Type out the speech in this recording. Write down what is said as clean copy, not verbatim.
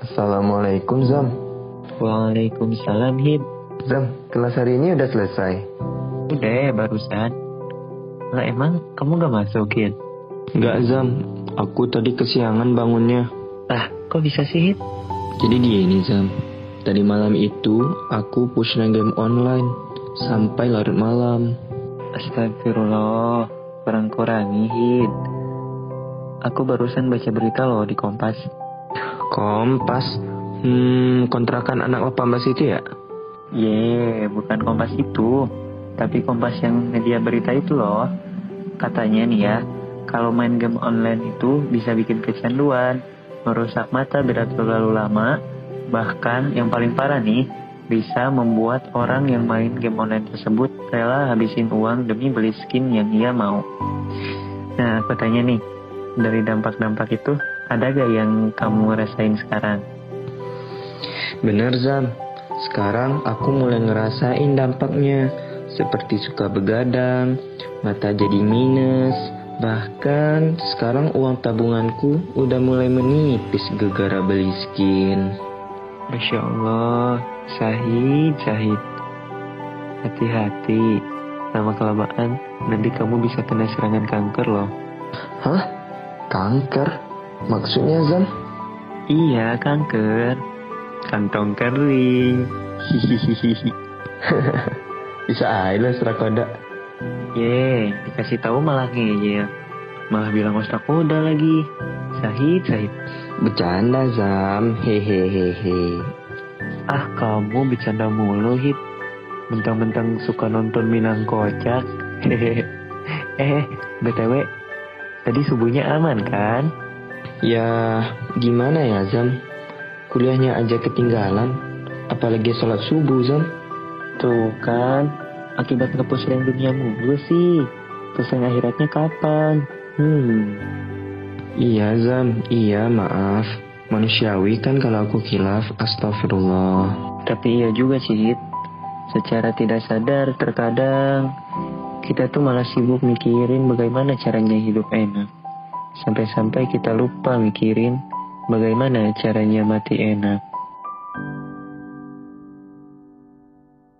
Assalamualaikum Zam. Waalaikumsalam Hid. Zam, kelas hari ini udah selesai? Udah barusan. Lah emang kamu gak masuk Hid? Enggak Zam, aku tadi kesiangan bangunnya. Lah kok bisa sih Hid? Jadi gini Zam, tadi malam itu aku push game online sampai larut malam. Astagfirullah, kurang-kurangi Hid. Aku barusan baca berita loh di Kompas. Kompas? Kontrakan anak 18 itu ya? Bukan Kompas itu, tapi Kompas yang media berita itu loh. Katanya nih ya, kalau main game online itu bisa bikin kecanduan, merusak mata bila terlalu lama, bahkan yang paling parah nih, bisa membuat orang yang main game online tersebut rela habisin uang demi beli skin yang ia mau. Nah, aku tanya nih, dari dampak-dampak itu, ada gak yang kamu rasain sekarang? Bener Zam, sekarang aku mulai ngerasain dampaknya. Seperti suka begadang, mata jadi minus. Bahkan sekarang uang tabunganku udah mulai menipis gara-gara beli skin. Masya Allah, Syahid. Hati-hati, lama-kelamaan nanti kamu bisa kena serangan kanker loh. Hah? Kanker? Maksudnya Zam? Iya, kanker. Kantong kering. Hihihihi. Bisa aja serakoda. Dikasih tahu malah ngeyel. Malah bilang ostrakoda lagi. Syahid. Bercanda Zam, hehehehe. Ah, kamu bercanda mulu, Hid. Mentang-mentang suka nonton Minang Kocak. BTW, tadi subuhnya aman kan? Ya, gimana ya Zam? Kuliahnya aja ketinggalan, apalagi sholat subuh Zam. Tuh kan, akibat ngepush yang dunia mulu sih. Terus yang akhiratnya kapan? Iya Zam, iya maaf. Manusiawi kan kalau aku khilaf, astagfirullah. Tapi iya juga sih, Hid. Secara tidak sadar terkadang kita tuh malah sibuk mikirin bagaimana caranya hidup enak. Sampai-sampai kita lupa mikirin bagaimana caranya mati enak.